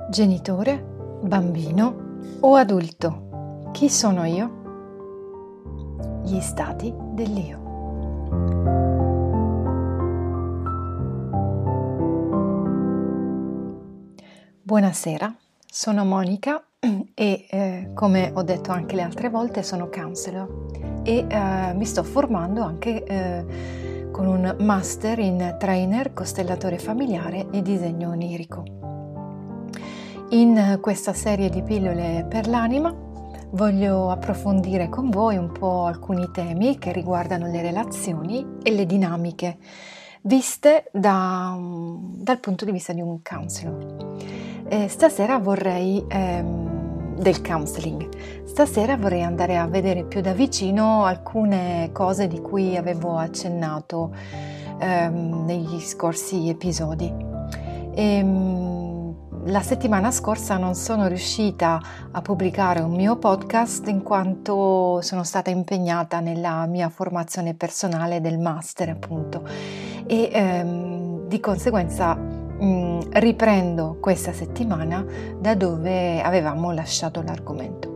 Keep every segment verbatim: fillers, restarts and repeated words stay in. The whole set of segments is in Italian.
Genitore, bambino o adulto? Chi sono io? Gli stati dell'io. Buonasera, sono Monica e eh, come ho detto anche le altre volte sono counselor e eh, mi sto formando anche eh, con un master in trainer, costellatore familiare e disegno onirico. In questa serie di pillole per l'anima voglio approfondire con voi un po' alcuni temi che riguardano le relazioni e le dinamiche viste da, dal punto di vista di un counselor. Eh, stasera vorrei ehm, del counseling. Stasera vorrei andare a vedere più da vicino alcune cose di cui avevo accennato ehm, negli scorsi episodi. E, La settimana scorsa non sono riuscita a pubblicare un mio podcast in quanto sono stata impegnata nella mia formazione personale del master, appunto, e ehm, di conseguenza mh, riprendo questa settimana da dove avevamo lasciato l'argomento.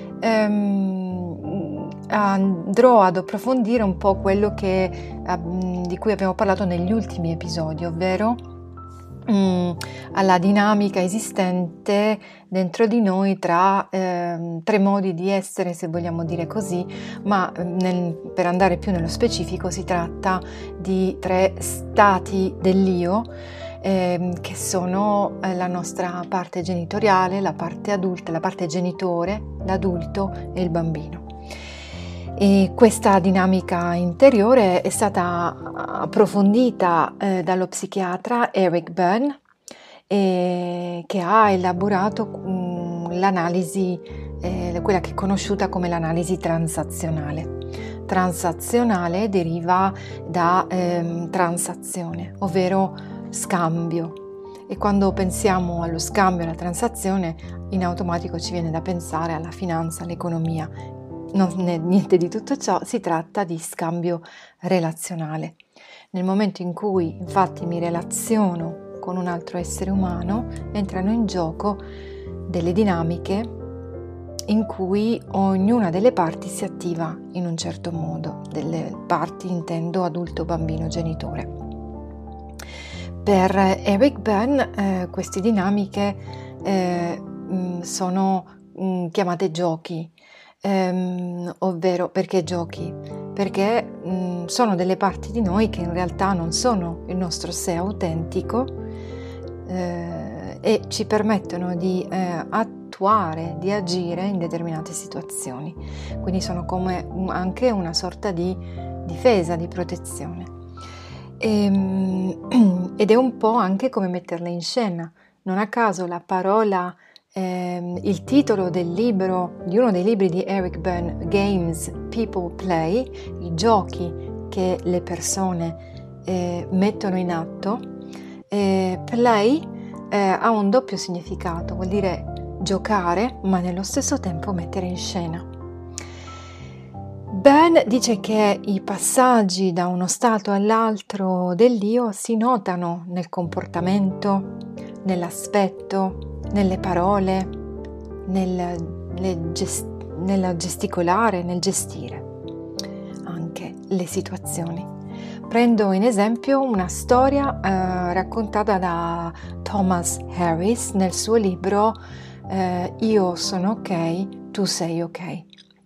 Ehm, andrò ad approfondire un po' quello che, di cui abbiamo parlato negli ultimi episodi, ovvero Mm, alla dinamica esistente dentro di noi tra eh, tre modi di essere, se vogliamo dire così, ma nel, per andare più nello specifico si tratta di tre stati dell'io eh, che sono eh, la nostra parte genitoriale, la parte adulta, la parte genitore, l'adulto e il bambino. E questa dinamica interiore è stata approfondita eh, dallo psichiatra Eric Berne, eh, che ha elaborato mh, l'analisi, eh, quella che è conosciuta come l'analisi transazionale. Transazionale deriva da ehm, transazione, ovvero scambio. E quando pensiamo allo scambio e alla transazione, in automatico ci viene da pensare alla finanza, all'economia. Non è niente di tutto ciò, si tratta di scambio relazionale. Nel momento in cui infatti mi relaziono con un altro essere umano, entrano in gioco delle dinamiche in cui ognuna delle parti si attiva in un certo modo. Delle parti intendo adulto, bambino, genitore. Per Eric Berne eh, queste dinamiche eh, sono mh, chiamate giochi. Um, ovvero perché giochi? Perché um, sono delle parti di noi che in realtà non sono il nostro sé autentico eh, e ci permettono di eh, attuare, di agire in determinate situazioni. Quindi sono come anche una sorta di difesa, di protezione. E, ed è un po' anche come metterle in scena. Non a caso la parola Eh, il titolo del libro, di uno dei libri di Eric Berne, Games People Play, i giochi che le persone eh, mettono in atto, eh, play eh, ha un doppio significato, vuol dire giocare, ma nello stesso tempo mettere in scena. Berne dice che i passaggi da uno stato all'altro dell'io si notano nel comportamento, nell'aspetto, nelle parole, nel, gest- nel gesticolare, nel gestire anche le situazioni. Prendo in esempio una storia eh, raccontata da Thomas Harris nel suo libro eh, Io sono ok, tu sei ok.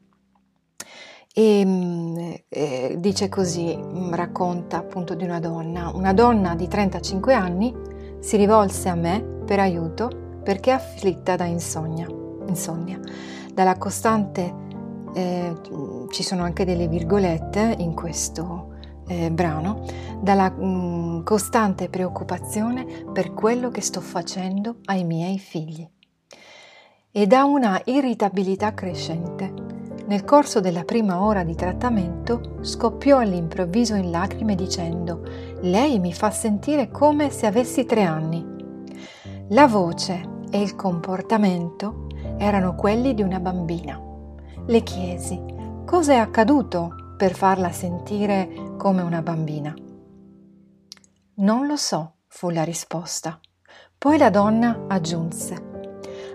E eh, dice così, racconta appunto di una donna. Una donna di trentacinque anni si rivolse a me per aiuto perché è afflitta da insonnia. insonnia. Dalla costante, eh, ci sono anche delle virgolette in questo eh, brano, dalla mh, costante preoccupazione per quello che sto facendo ai miei figli e da una irritabilità crescente. Nel corso della prima ora di trattamento scoppiò all'improvviso in lacrime dicendo: «Lei mi fa sentire come se avessi tre anni». La voce e il comportamento erano quelli di una bambina. Le chiesi: cosa è accaduto per farla sentire come una bambina? Non lo so, fu la risposta. Poi la donna aggiunse: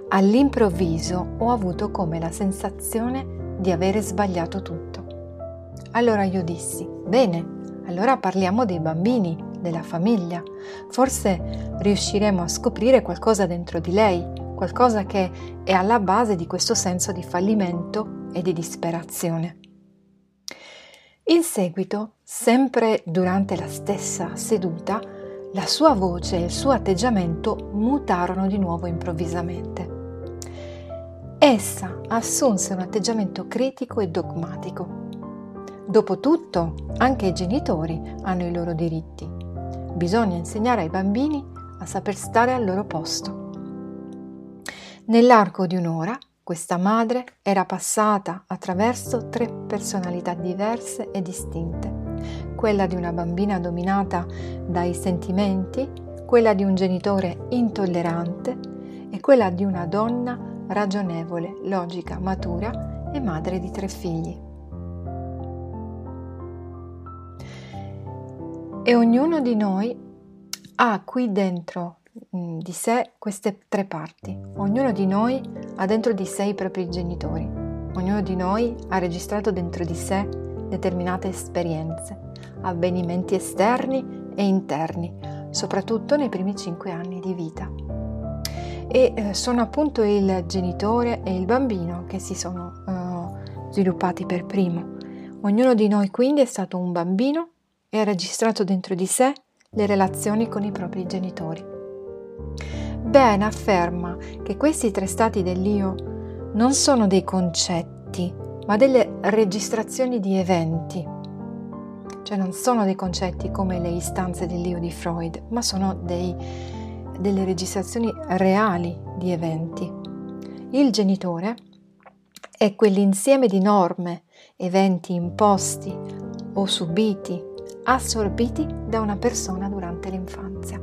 all'improvviso ho avuto come la sensazione di avere sbagliato tutto. Allora io dissi: bene, allora parliamo dei bambini, della famiglia. Forse riusciremo a scoprire qualcosa dentro di lei, qualcosa che è alla base di questo senso di fallimento e di disperazione. In seguito, sempre durante la stessa seduta, la sua voce e il suo atteggiamento mutarono di nuovo improvvisamente. Essa assunse un atteggiamento critico e dogmatico. Dopotutto, anche i genitori hanno i loro diritti. Bisogna insegnare ai bambini a saper stare al loro posto. Nell'arco di un'ora, questa madre era passata attraverso tre personalità diverse e distinte. Quella di una bambina dominata dai sentimenti, quella di un genitore intollerante e quella di una donna ragionevole, logica, matura e madre di tre figli. E ognuno di noi ha qui dentro di sé queste tre parti. Ognuno di noi ha dentro di sé i propri genitori. Ognuno di noi ha registrato dentro di sé determinate esperienze, avvenimenti esterni e interni, soprattutto nei primi cinque anni di vita. E eh, sono appunto il genitore e il bambino che si sono uh, sviluppati per primo. Ognuno di noi quindi è stato un bambino e ha registrato dentro di sé le relazioni con i propri genitori. Ben afferma che questi tre stati dell'io non sono dei concetti, ma delle registrazioni di eventi. Cioè non sono dei concetti come le istanze dell'io di Freud, ma sono dei, delle registrazioni reali di eventi. Il genitore è quell'insieme di norme, eventi imposti o subiti, assorbiti da una persona durante l'infanzia.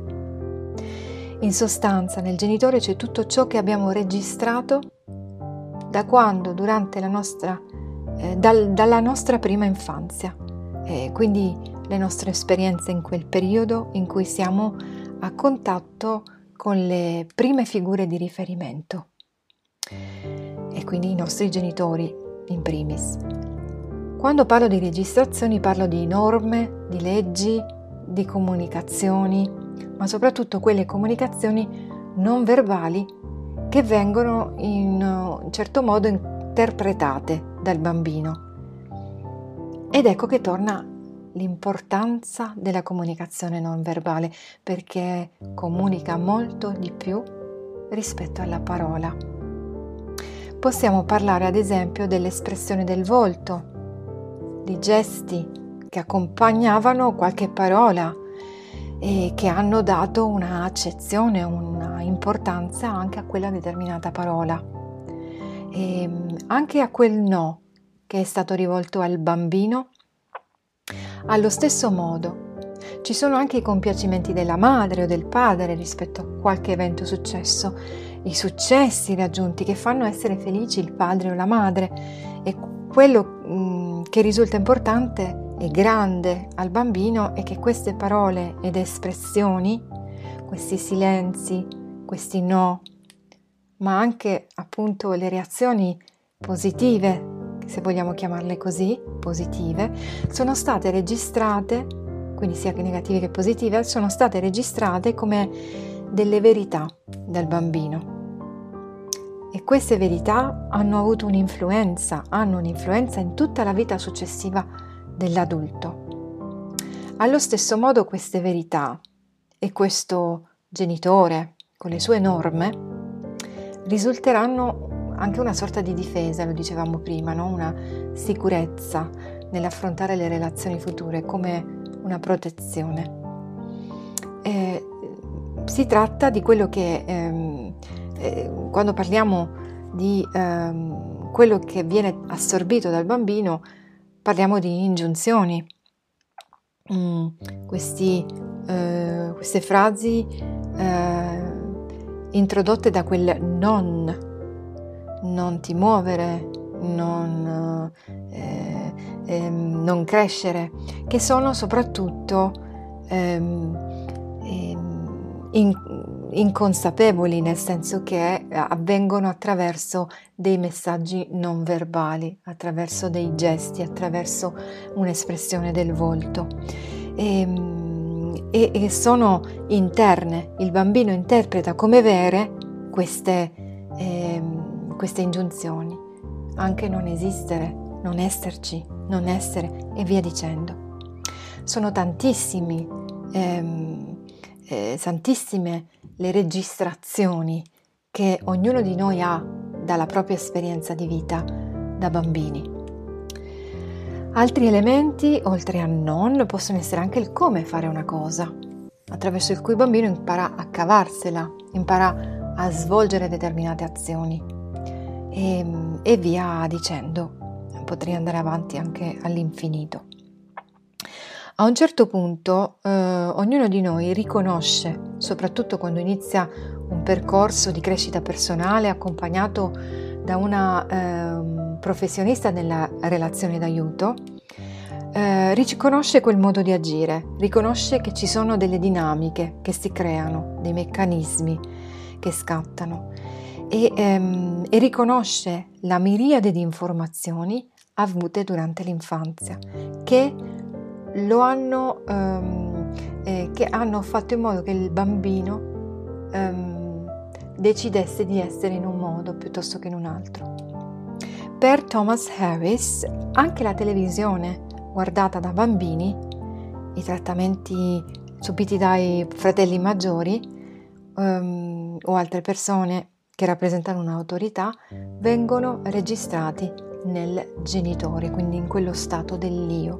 In sostanza, nel genitore c'è tutto ciò che abbiamo registrato da quando, durante la nostra, eh, dal, dalla nostra prima infanzia, e quindi le nostre esperienze in quel periodo in cui siamo a contatto con le prime figure di riferimento, e quindi i nostri genitori in primis. Quando parlo di registrazioni parlo di norme, di leggi, di comunicazioni, ma soprattutto quelle comunicazioni non verbali che vengono in un certo modo interpretate dal bambino. Ed ecco che torna l'importanza della comunicazione non verbale, perché comunica molto di più rispetto alla parola. Possiamo parlare ad esempio dell'espressione del volto, di gesti che accompagnavano qualche parola e che hanno dato una accezione, una importanza anche a quella determinata parola, e anche a quel no che è stato rivolto al bambino. Allo stesso modo ci sono anche i compiacimenti della madre o del padre rispetto a qualche evento successo, i successi raggiunti che fanno essere felici il padre o la madre, e quello mh, che risulta importante e grande al bambino è che queste parole ed espressioni, questi silenzi, questi no, ma anche appunto le reazioni positive, se vogliamo chiamarle così, positive, sono state registrate, quindi sia che negative che positive, sono state registrate come delle verità dal bambino. E queste verità hanno avuto un'influenza, hanno un'influenza in tutta la vita successiva dell'adulto. Allo stesso modo queste verità e questo genitore con le sue norme risulteranno anche una sorta di difesa, lo dicevamo prima, no? Una sicurezza nell'affrontare le relazioni future, come una protezione. Eh, si tratta di quello che ehm, eh, quando parliamo di ehm, quello che viene assorbito dal bambino, parliamo di ingiunzioni. Mm, questi, eh, queste frasi eh, introdotte da quel non, non ti muovere, non, eh, ehm, non crescere, che sono soprattutto ehm, ehm, in, inconsapevoli, nel senso che avvengono attraverso dei messaggi non verbali, attraverso dei gesti, attraverso un'espressione del volto. E, e, e sono interne. Il bambino interpreta come vere queste, eh, queste ingiunzioni, anche non esistere, non esserci, non essere e via dicendo. Sono tantissimi, ehm, eh, tantissime le registrazioni che ognuno di noi ha dalla propria esperienza di vita da bambini. Altri elementi, oltre a non, possono essere anche il come fare una cosa, attraverso il cui il bambino impara a cavarsela, impara a svolgere determinate azioni e, e via dicendo. Potrei andare avanti anche all'infinito. A un certo punto eh, ognuno di noi riconosce, soprattutto quando inizia un percorso di crescita personale accompagnato da una eh, professionista nella relazione d'aiuto, eh, riconosce quel modo di agire, riconosce che ci sono delle dinamiche che si creano, dei meccanismi che scattano e, ehm, e riconosce la miriade di informazioni avute durante l'infanzia che lo hanno, ehm, eh, che hanno fatto in modo che il bambino ehm, decidesse di essere in un modo piuttosto che in un altro. Per Thomas Harris, anche la televisione guardata da bambini, i trattamenti subiti dai fratelli maggiori ehm, o altre persone che rappresentano un'autorità, vengono registrati nel genitore, quindi in quello stato dell'io.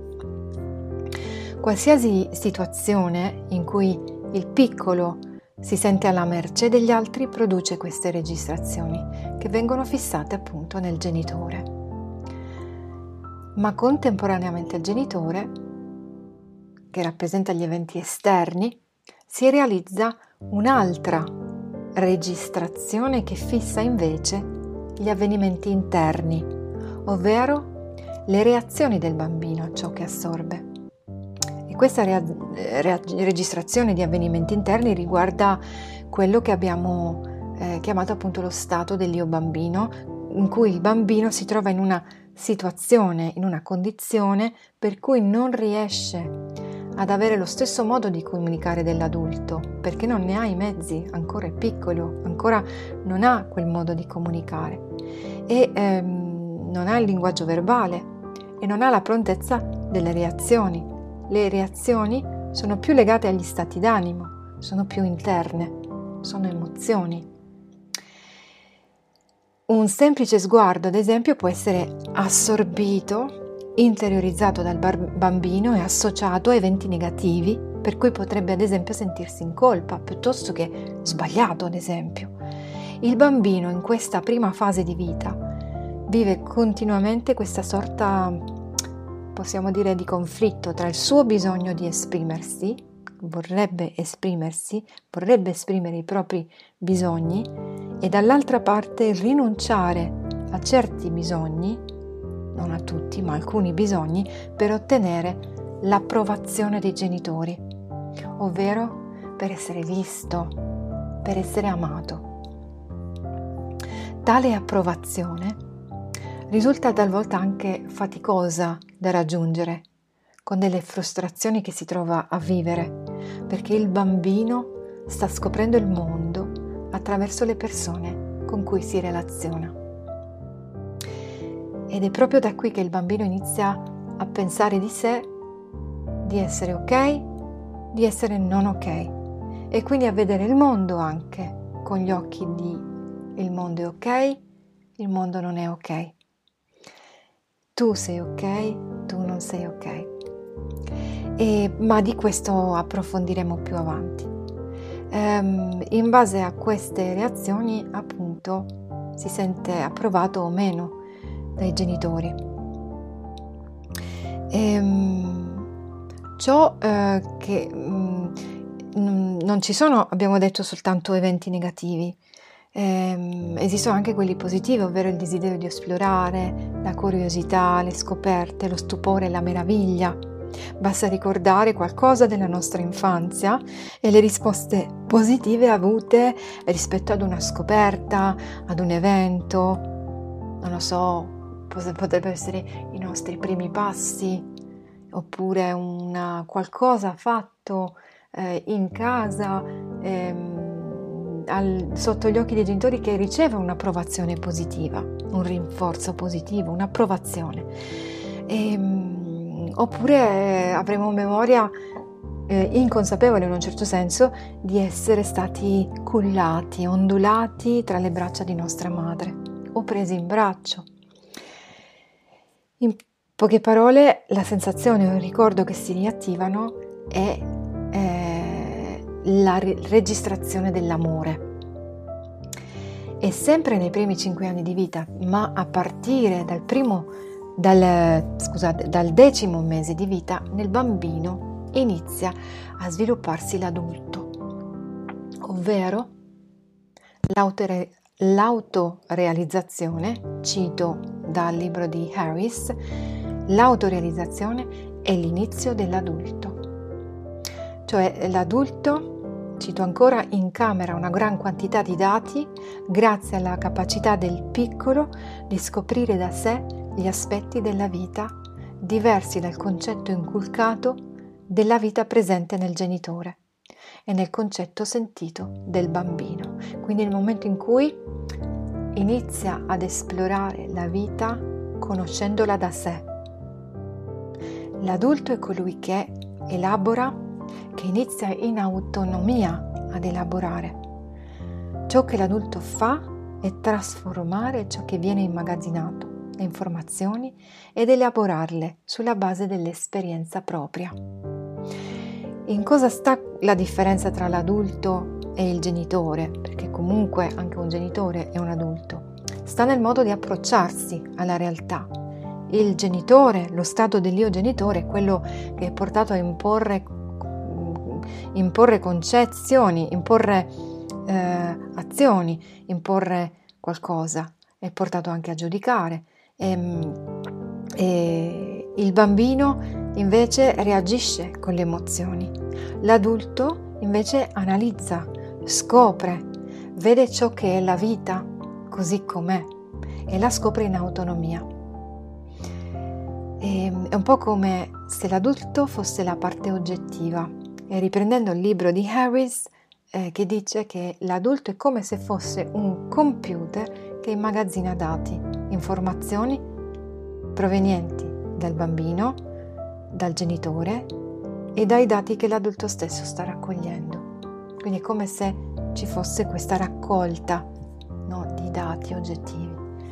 Qualsiasi situazione in cui il piccolo si sente alla mercé degli altri produce queste registrazioni che vengono fissate appunto nel genitore. Ma contemporaneamente al genitore, che rappresenta gli eventi esterni, si realizza un'altra registrazione che fissa invece gli avvenimenti interni, ovvero le reazioni del bambino a ciò che assorbe. Questa rea- rea- registrazione di avvenimenti interni riguarda quello che abbiamo eh, chiamato appunto lo stato dell'io bambino, in cui il bambino si trova in una situazione, in una condizione per cui non riesce ad avere lo stesso modo di comunicare dell'adulto, perché non ne ha i mezzi, ancora è piccolo, ancora non ha quel modo di comunicare e ehm, non ha il linguaggio verbale e non ha la prontezza delle reazioni. Le reazioni sono più legate agli stati d'animo, sono più interne, sono emozioni. Un semplice sguardo, ad esempio, può essere assorbito, interiorizzato dal bar- bambino e associato a eventi negativi, per cui potrebbe ad esempio sentirsi in colpa, piuttosto che sbagliato, ad esempio. Il bambino in questa prima fase di vita vive continuamente questa sorta, possiamo dire, di conflitto tra il suo bisogno di esprimersi, vorrebbe esprimersi, vorrebbe esprimere i propri bisogni e dall'altra parte rinunciare a certi bisogni, non a tutti, ma alcuni bisogni, per ottenere l'approvazione dei genitori, ovvero per essere visto, per essere amato. Tale approvazione risulta talvolta anche faticosa da raggiungere, con delle frustrazioni che si trova a vivere, perché il bambino sta scoprendo il mondo attraverso le persone con cui si relaziona. Ed è proprio da qui che il bambino inizia a pensare di sé, di essere ok, di essere non ok, e quindi a vedere il mondo anche con gli occhi di il mondo è ok, il mondo non è ok. Tu sei ok, tu non sei ok. E, ma di questo approfondiremo più avanti. Ehm, in base a queste reazioni, appunto, si sente approvato o meno dai genitori. Ehm, ciò eh, che mh, non ci sono, abbiamo detto, soltanto eventi negativi. Eh, esistono anche quelli positivi, ovvero il desiderio di esplorare, la curiosità, le scoperte, lo stupore, la meraviglia. Basta ricordare qualcosa della nostra infanzia e le risposte positive avute rispetto ad una scoperta, ad un evento, non lo so, potrebbero essere i nostri primi passi, oppure una, qualcosa fatto eh, in casa, ehm, al, sotto gli occhi dei genitori, che riceve un'approvazione positiva, un rinforzo positivo, un'approvazione. E, oppure avremo memoria eh, inconsapevole in un certo senso di essere stati cullati, ondulati tra le braccia di nostra madre o presi in braccio. In poche parole, la sensazione o il ricordo che si riattivano è eh, la re- registrazione dell'amore. E sempre nei primi cinque anni di vita, ma a partire dal primo, dal, scusate, dal decimo mese di vita, nel bambino inizia a svilupparsi l'adulto, ovvero l'autore, l'autorealizzazione, cito dal libro di Harris, l'autorealizzazione è l'inizio dell'adulto. Cioè l'adulto, cito ancora, incamera una gran quantità di dati grazie alla capacità del piccolo di scoprire da sé gli aspetti della vita diversi dal concetto inculcato della vita presente nel genitore e nel concetto sentito del bambino. Quindi nel momento in cui inizia ad esplorare la vita conoscendola da sé. L'adulto è colui che elabora, che inizia in autonomia ad elaborare. Ciò che l'adulto fa è trasformare ciò che viene immagazzinato, le informazioni, ed elaborarle sulla base dell'esperienza propria. In cosa sta la differenza tra l'adulto e il genitore? Perché comunque anche un genitore è un adulto. Sta nel modo di approcciarsi alla realtà. Il genitore, lo stato dell'io genitore, è quello che è portato a imporre, imporre concezioni, imporre eh, azioni, imporre qualcosa, è portato anche a giudicare. E, e il bambino invece reagisce con le emozioni. L'adulto invece analizza, scopre, vede ciò che è la vita così com'è e la scopre in autonomia. E, è un po' come se l'adulto fosse la parte oggettiva. E riprendendo il libro di Harris, eh, che dice che l'adulto è come se fosse un computer che immagazzina dati, informazioni provenienti dal bambino, dal genitore e dai dati che l'adulto stesso sta raccogliendo. Quindi è come se ci fosse questa raccolta, no, di dati oggettivi.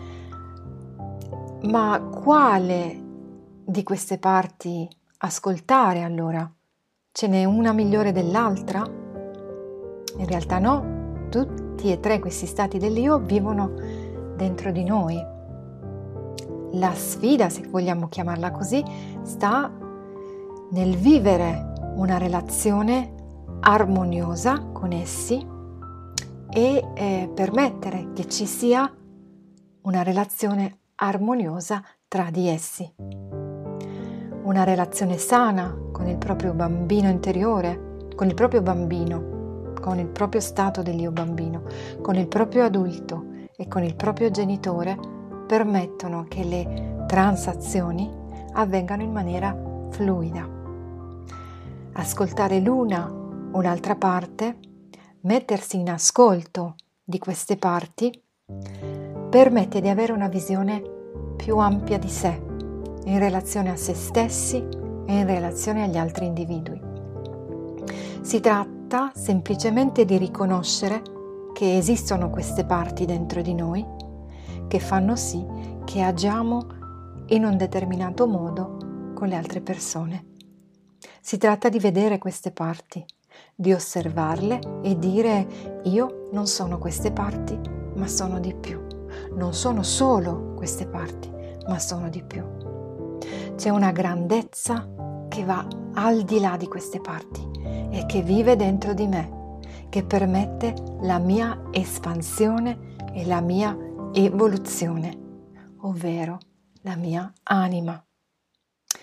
Ma quale di queste parti ascoltare allora? Ce n'è una migliore dell'altra? In realtà no, tutti e tre questi stati dell'io vivono dentro di noi. La sfida, se vogliamo chiamarla così, sta nel vivere una relazione armoniosa con essi e eh, permettere che ci sia una relazione armoniosa tra di essi. Una relazione sana con il proprio bambino interiore, con il proprio bambino, con il proprio stato dell'io bambino, con il proprio adulto e con il proprio genitore permettono che le transazioni avvengano in maniera fluida. Ascoltare l'una o l'altra parte, mettersi in ascolto di queste parti, permette di avere una visione più ampia di sé, in relazione a se stessi e in relazione agli altri individui. Si tratta semplicemente di riconoscere che esistono queste parti dentro di noi che fanno sì che agiamo in un determinato modo con le altre persone. Si tratta di vedere queste parti, di osservarle e dire: io non sono queste parti, ma sono di più. Non sono solo queste parti, ma sono di più. C'è una grandezza che va al di là di queste parti e che vive dentro di me, che permette la mia espansione e la mia evoluzione, ovvero la mia anima.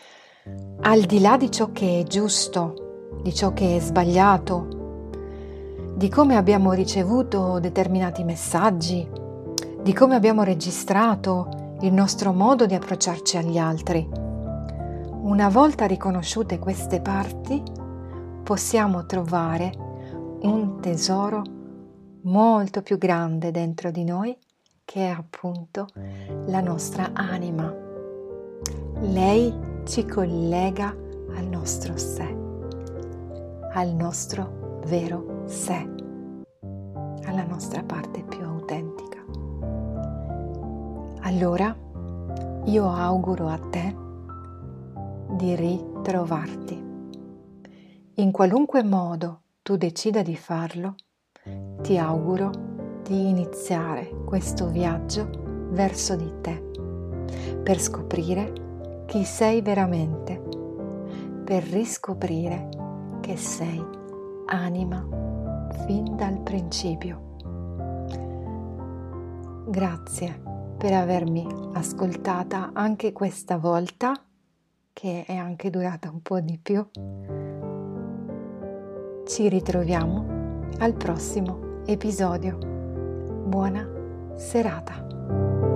al di là di ciò che è giusto, di ciò che è sbagliato, di come abbiamo ricevuto determinati messaggi, di come abbiamo registrato il nostro modo di approcciarci agli altri. Una volta riconosciute queste parti, possiamo trovare un tesoro molto più grande dentro di noi, che è appunto la nostra anima. Lei ci collega al nostro sé, al nostro vero sé, alla nostra parte più autentica. Allora, io auguro a te di ritrovarti. In qualunque modo tu decida di farlo, ti auguro di iniziare questo viaggio verso di te, per scoprire chi sei veramente, per riscoprire che sei anima fin dal principio. Grazie per avermi ascoltata anche questa volta, che è anche durata un po' di più. Ci ritroviamo al prossimo episodio. Buona serata.